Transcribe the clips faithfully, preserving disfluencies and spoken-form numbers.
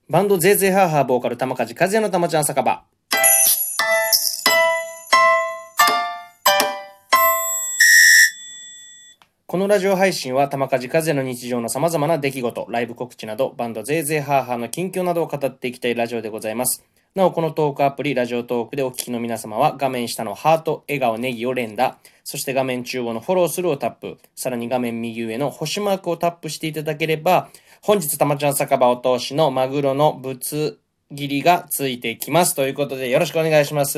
バンドゼーゼーハーハーボーカル玉梶和也の玉ちゃん酒場。このラジオ配信は玉梶和也の日常の様々な出来事、ライブ告知などバンドゼーゼーハーハーの近況などを語っていきたいラジオでございます。なおこのトークアプリラジオトークでお聞きの皆様は画面下のハート、笑顔、ネギを連打、そして画面中央のフォローするをタップ、さらに画面右上の星マークをタップしていただければ本日玉ちゃん酒場お通しのマグロのぶつ切りがついてきますということでよろしくお願いします。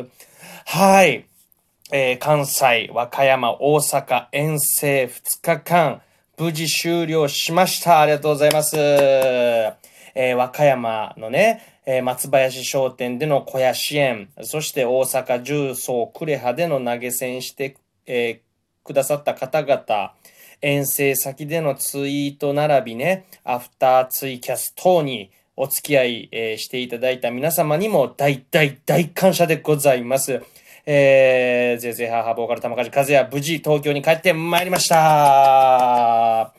はい。えー、関西、和歌山、大阪遠征ふつかかん無事終了しました。ありがとうございます。えー、和歌山のね、えー、松林商店での小屋支援、そして大阪重曹呉羽での投げ銭して、えー、くださった方々、遠征先でのツイート並びね、アフターツイキャス等にお付き合い、えー、していただいた皆様にも大大大感謝でございます。えー、ゼーゼーハーハーボーカル玉梶和也無事東京に帰ってまいりました。はい、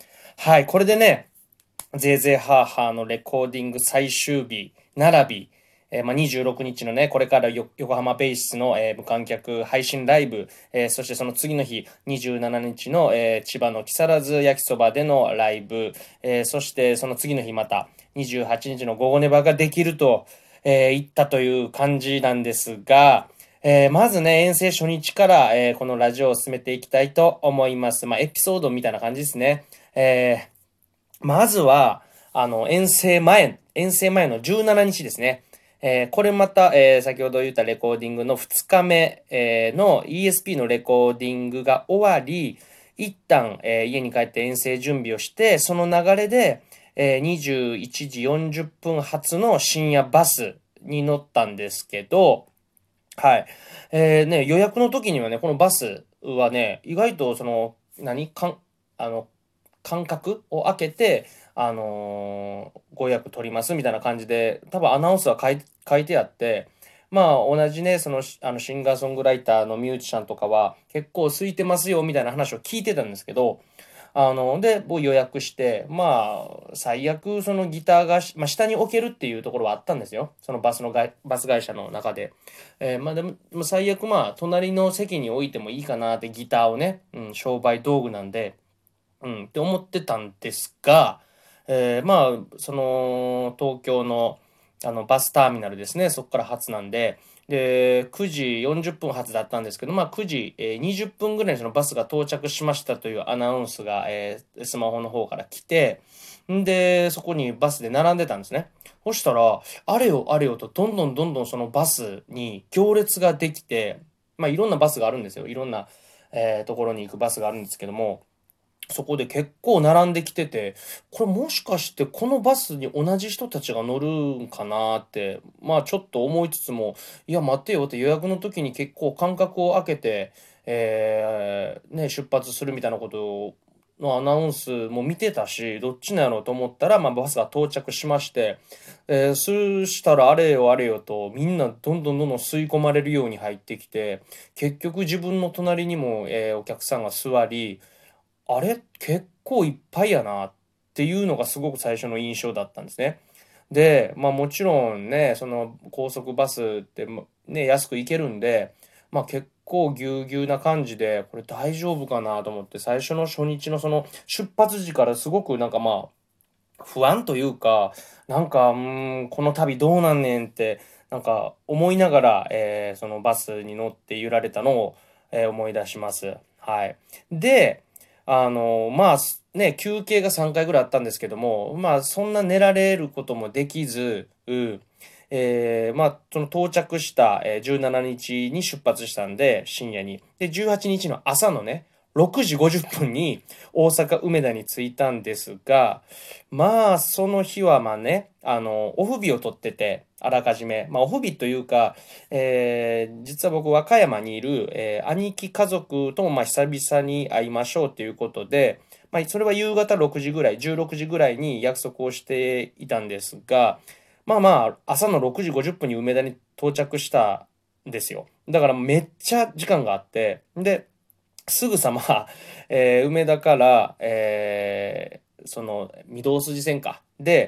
これでね、ゼーゼーハーハーのレコーディング最終日並び、えーまあ、にじゅうろくにちのね、これからよ横浜ベースの、えー、無観客配信ライブ、えー、そしてその次の日、にじゅうしちにちの、えー、千葉の木更津焼きそばでのライブ、えー、そしてその次の日また、にじゅうはちにちの午後ネバができると、えー、言ったという感じなんですが、えー、まずね、遠征初日から、えー、このラジオを進めていきたいと思います。まあ、エピソードみたいな感じですね。えー、まずは、あの、遠征前、遠征前のじゅうしちにちですね。えー、これまた、えー、先ほど言ったレコーディングのふつかめ、えー、の イーエスピー のレコーディングが終わり、一旦、えー、家に帰って遠征準備をして、その流れで、えー、にじゅういちじよんじゅっぷん発の深夜バスに乗ったんですけど、はい。えー、ね、予約の時にはね、このバスはね、意外とその、何かん、あの、間隔を空けて、あのーご予約取りますみたいな感じで、多分アナウンスは書い書いてあって、まあ同じね、その、あのシンガーソングライターのミュージシャンとかは結構空いてますよみたいな話を聞いてたんですけど、あの、で、僕予約して、まあ、最悪、そのギターが、まあ、下に置けるっていうところはあったんですよ。そのバスのが、バス会社の中で。えーまあでも、でも最悪、まあ、隣の席に置いてもいいかなってギターをね、うん、商売道具なんで、うん、って思ってたんですが、えーまあ、その、東京の、あの、バスターミナルですね、そこから発なんで、で、くじよんじゅっぷん発だったんですけど、まあ、くじ、えーにじゅっぷんぐらいにそのバスが到着しましたというアナウンスが、えースマホの方から来て、んで、そこにバスで並んでたんですね。そしたら、あれよあれよと、どんどんどんどんそのバスに行列ができて、まあ、いろんなバスがあるんですよ。いろんな、えーところに行くバスがあるんですけども、そこで結構並んできてて、これもしかしてこのバスに同じ人たちが乗るんかなって、まあちょっと思いつつも、いや待てよって予約の時に結構間隔を空けて、えーね、出発するみたいなことのアナウンスも見てたし、どっちなんやろうと思ったら、まあバスが到着しまして、えー、そしたらあれよあれよとみんなどんどんどんどん吸い込まれるように入ってきて、結局自分の隣にも、えーお客さんが座り、あれ結構いっぱいやなっていうのがすごく最初の印象だったんですね。で、まあもちろんね、その高速バスってまね、安く行けるんで、まあ結構ぎゅうぎゅうな感じで、これ大丈夫かなと思って、最初の初日のその出発時からすごくなんかまあ不安というか、なんか、うーん、この旅どうなんねんって、なんか思いながら、えーそのバスに乗って揺られたのを、えー思い出します。はい。で、あの、まあ、すね、休憩がさんかいぐらいあったんですけども、まあ、そんな寝られることもできず、うえーまあ、その到着した、えーじゅうしちにちに出発したんで、深夜に。で、じゅうはちにちの朝のね、ろくじごじゅっぷんに大阪梅田に着いたんですが、まあ、その日はまあね、あの、オフ日を取ってて、あらかじめ。まあ、オフ日というか、えー実は僕、和歌山にいる、えー兄貴家族ともまあ久々に会いましょうということで、まあ、それは夕方ろくじぐらい、じゅうろくじぐらいに約束をしていたんですが、まあまあ、朝のろくじごじゅっぷんに梅田に到着したんですよ。だからめっちゃ時間があって、で、すぐさま、えー梅田から、えーその、御堂筋線か。で、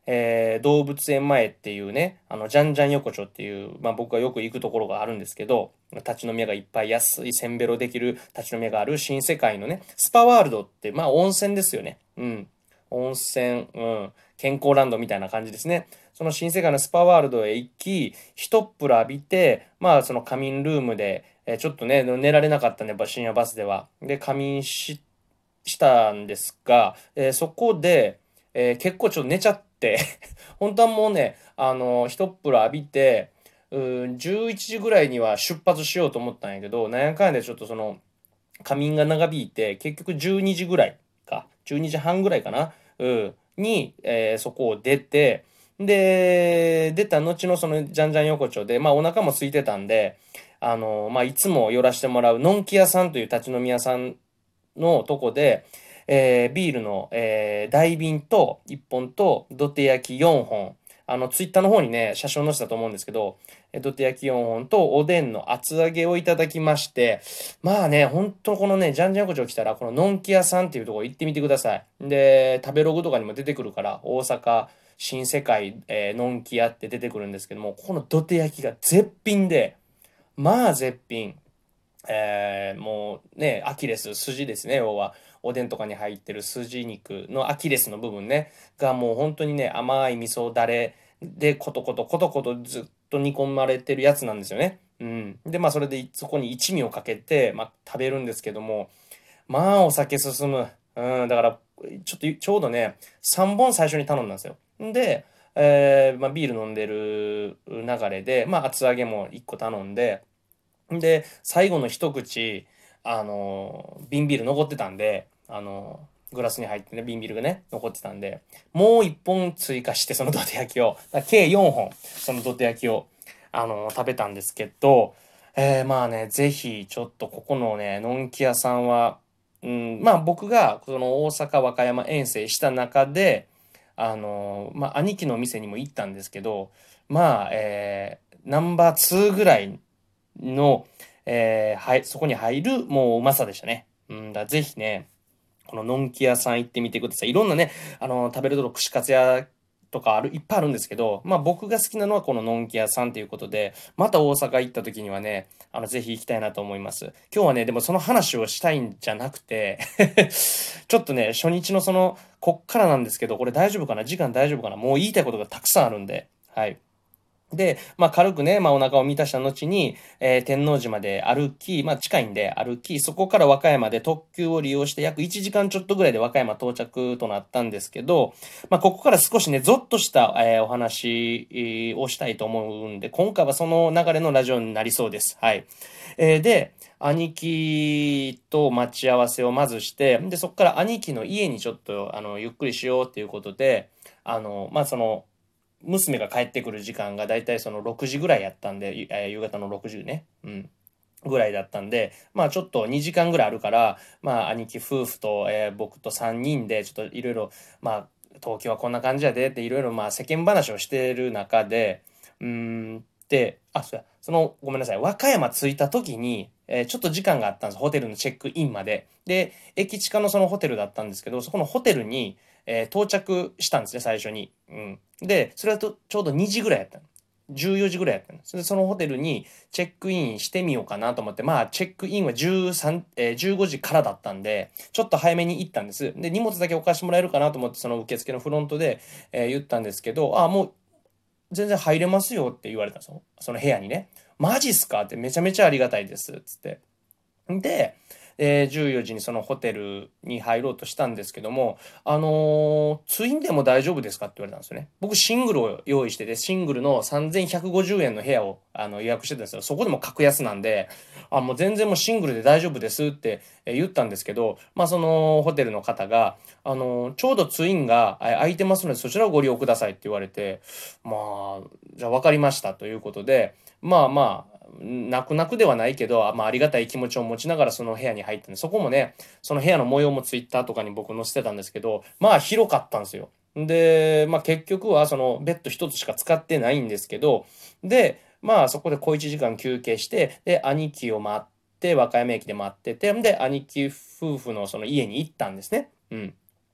えー動物園前っていうね、あの、じゃんじゃん横丁っていう、まあ僕がよく行くところがあるんですけど、立ち飲み屋がいっぱい安いせんべろできる立ち飲み屋がある新世界のね、スパワールドって、まあ温泉ですよね。うん。温泉、うん。健康ランドみたいな感じですね。その新世界のスパワールドへ行き、一っ風呂浴びて、まあその仮眠ルームで、えーちょっとね、寝られなかったんで、深夜バスでは。で、仮眠し、したんですが、えーそこで、えー結構ちょっと寝ちゃって本当はもうね、あのー一っ風呂浴びて、うーん、じゅういちじぐらいには出発しようと思ったんやけど、なんやかんやでちょっとその、仮眠が長引いて、結局じゅうにじぐらいか、じゅうにじはんぐらいかな、うん、に、えーそこを出て、で、出た後のその、じゃんじゃん横丁で、まあお腹も空いてたんで、あの、まあいつも寄らしてもらう、のんき屋さんという立ち飲み屋さんのとこで、えービールの、えー大瓶といっぽんと土手焼きよんほん、あの、ツイッターの方にね、写真を載せたと思うんですけど、え土手焼きよんほんとおでんの厚揚げをいただきまして、まあね、ほんとこのね、じゃんじゃん横丁来たら、こののんき屋さんっていうところ行ってみてください。で、食べログとかにも出てくるから、大阪、新世界、えーのんき屋って出てくるんですけども、この土手焼きが絶品で、まあ絶品。えーもうね、アキレス、筋ですね、要は。おでんとかに入ってる筋肉のアキレスの部分ね、がもう本当にね、甘い味噌だれでコトコトコトコトずっと煮込まれてるやつなんですよね。うん。で、まあそれでそこに一味をかけて、まあ食べるんですけども、まあお酒進む。うん、だから、ちょっとちょうどね、さんぼん最初に頼んだんですよ。で、えーまあビール飲んでる流れで、まあ厚揚げもいっこ頼んで、で、最後の一口、あの、瓶ビール残ってたんで、あの、グラスに入ってね、瓶ビールがね、残ってたんで、もう一本追加して、その土手焼きを、だ計よんほん、その土手焼きを、あの、食べたんですけど、えー、まあね、ぜひ、ちょっとここのね、のんき屋さんは、うん、まあ僕が、その大阪和歌山遠征した中で、あの、まあ兄貴の店にも行ったんですけど、まあ、えー、ナンバーツーぐらいの、えーはい、そこに入る、もううまさでしたね。うん、だぜひね、こののんき屋さん行ってみてください。いろんなね、あの、食べるとこ串カツ屋とかある、いっぱいあるんですけど、まあ僕が好きなのはこののんき屋さんということで、また大阪行った時にはね、あの、ぜひ行きたいなと思います。今日はね、でもその話をしたいんじゃなくてちょっとね、初日のその、こっからなんですけど、これ大丈夫かな時間大丈夫かなもう言いたいことがたくさんあるんで、はい。で、まあ軽くね、まあお腹を満たした後に、えー天王寺まで歩き、まあ近いんで歩き、そこから和歌山で特急を利用して約いちじかんちょっとぐらいで和歌山到着となったんですけど、まあここから少しね、ゾッとした、えーお話えーをしたいと思うんで、今回はその流れのラジオになりそうです。はい。えーで、兄貴と待ち合わせをまずして、で、そこから兄貴の家にちょっと、あの、ゆっくりしようっていうことで、あの、まあその、娘が帰ってくる時間がだいたいそのろくじぐらいやったんで、えー夕方のろくじね。うん。ぐらいだったんで、まあちょっとにじかんぐらいあるから、まあ兄貴夫婦と、えー僕とさんにんで、ちょっといろいろ、まあ東京はこんな感じやでっていろいろまあ世間話をしてる中で、うーん、で、あ、そうや、その、ごめんなさい、和歌山着いた時に、えーちょっと時間があったんです、ホテルのチェックインまで。で、駅近のそのホテルだったんですけど、そこのホテルに、えー到着したんですね、最初に。うん。で、それはとちょうどにじぐらいやったの。じゅうよじぐらいやったんです。で、そのホテルにチェックインしてみようかなと思って、まあ、チェックインはじゅうさん、えーじゅうごじからだったんで、ちょっと早めに行ったんです。で、荷物だけ置かしてもらえるかなと思って、その受付のフロントで、えー言ったんですけど、あ、もう全然入れますよって言われたんですよ。その部屋にね。マジっすかってめちゃめちゃありがたいです。つって。で、えーじゅうよじにそのホテルに入ろうとしたんですけども、あのーツインでも大丈夫ですかって言われたんですよね。僕シングルを用意してて、シングルのさんぜんひゃくごじゅうえんの部屋をあの予約してたんですよ。そこでも格安なんで、あ、もう全然もうシングルで大丈夫ですってえー言ったんですけど、まあそのホテルの方が、あのーちょうどツインがえー空いてますのでそちらをご利用くださいって言われて、まあ、じゃあ分かりましたということで、まあまあ、泣く泣くではないけど、まあ、ありがたい気持ちを持ちながらその部屋に入ったんで、そこもね、その部屋の模様もツイッターとかに僕載せてたんですけど、まあ広かったんですよ。で、まあ結局はそのベッド一つしか使ってないんですけど、で、まあそこで小一時間休憩して、で、兄貴を待って、和歌山駅で待ってて、で、兄貴夫婦のその家に行ったんですね。うん。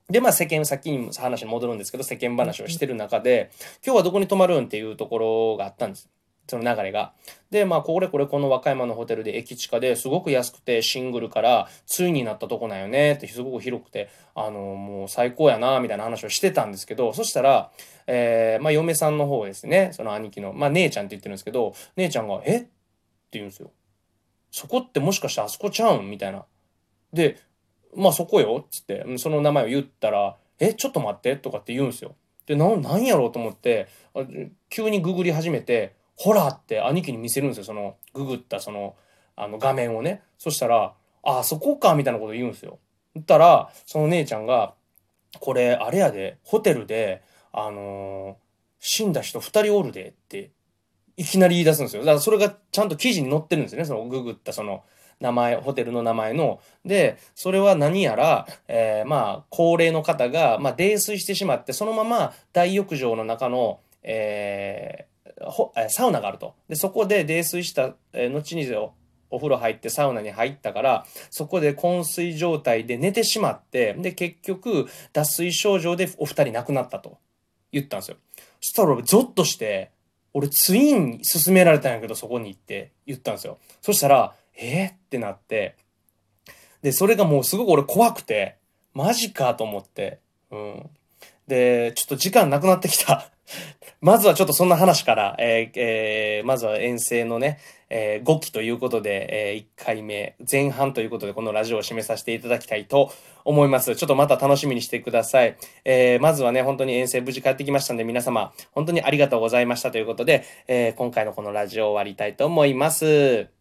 で、まあ世間、さっきに話に戻るんですけど、世間話をしてる中で、今日はどこに泊まるんっていうところがあったんです。その流れが。で、まあ、これこれこの和歌山のホテルで駅地下ですごく安くてシングルからついになったとこなんよねってすごく広くて、あの、もう最高やなみたいな話をしてたんですけど、そしたら、えー、まあ嫁さんの方ですね、その兄貴の、まあ姉ちゃんって言ってるんですけど、姉ちゃんが、えって言うんですよ。そこってもしかしてあそこちゃうんみたいな。で、まあそこよっつって、その名前を言ったら、え、ちょっと待ってとかって言うんですよ。で、な、なんやろうと思って、あ急にググり始めて、ほらって兄貴に見せるんですよ。その、ググったその、あの画面をね。そしたら、あ、そこかみたいなこと言うんですよ。言ったら、その姉ちゃんが、これ、あれやで、ホテルで、あのー死んだ人二人おるでっていきなり言い出すんですよ。だからそれがちゃんと記事に載ってるんですよね。そのググったその名前、ホテルの名前の。で、それは何やら、えーまあ、高齢の方が、まあ、泥酔してしまって、そのまま大浴場の中の、えーほえーサウナがあると。で、そこで泥酔した、えー後におお風呂入ってサウナに入ったから、そこで昏睡状態で寝てしまって、で、結局、脱水症状でお二人亡くなったと言ったんですよ。そしたら俺、ゾッとして、俺ツインに勧められたんやけどそこに行って言ったんですよ。そしたら、えー、ってなって、で、それがもうすごく俺怖くて、マジかと思って、うん。で、ちょっと時間なくなってきた。まずはちょっとそんな話から、えーえーまずは遠征のね、えー、ごきということで、えー、いっかいめ、前半ということでこのラジオを締めさせていただきたいと思います。ちょっとまた楽しみにしてください。えーまずはね、本当に遠征無事帰ってきましたんで、皆様、本当にありがとうございましたということで、えー今回のこのラジオを終わりたいと思います。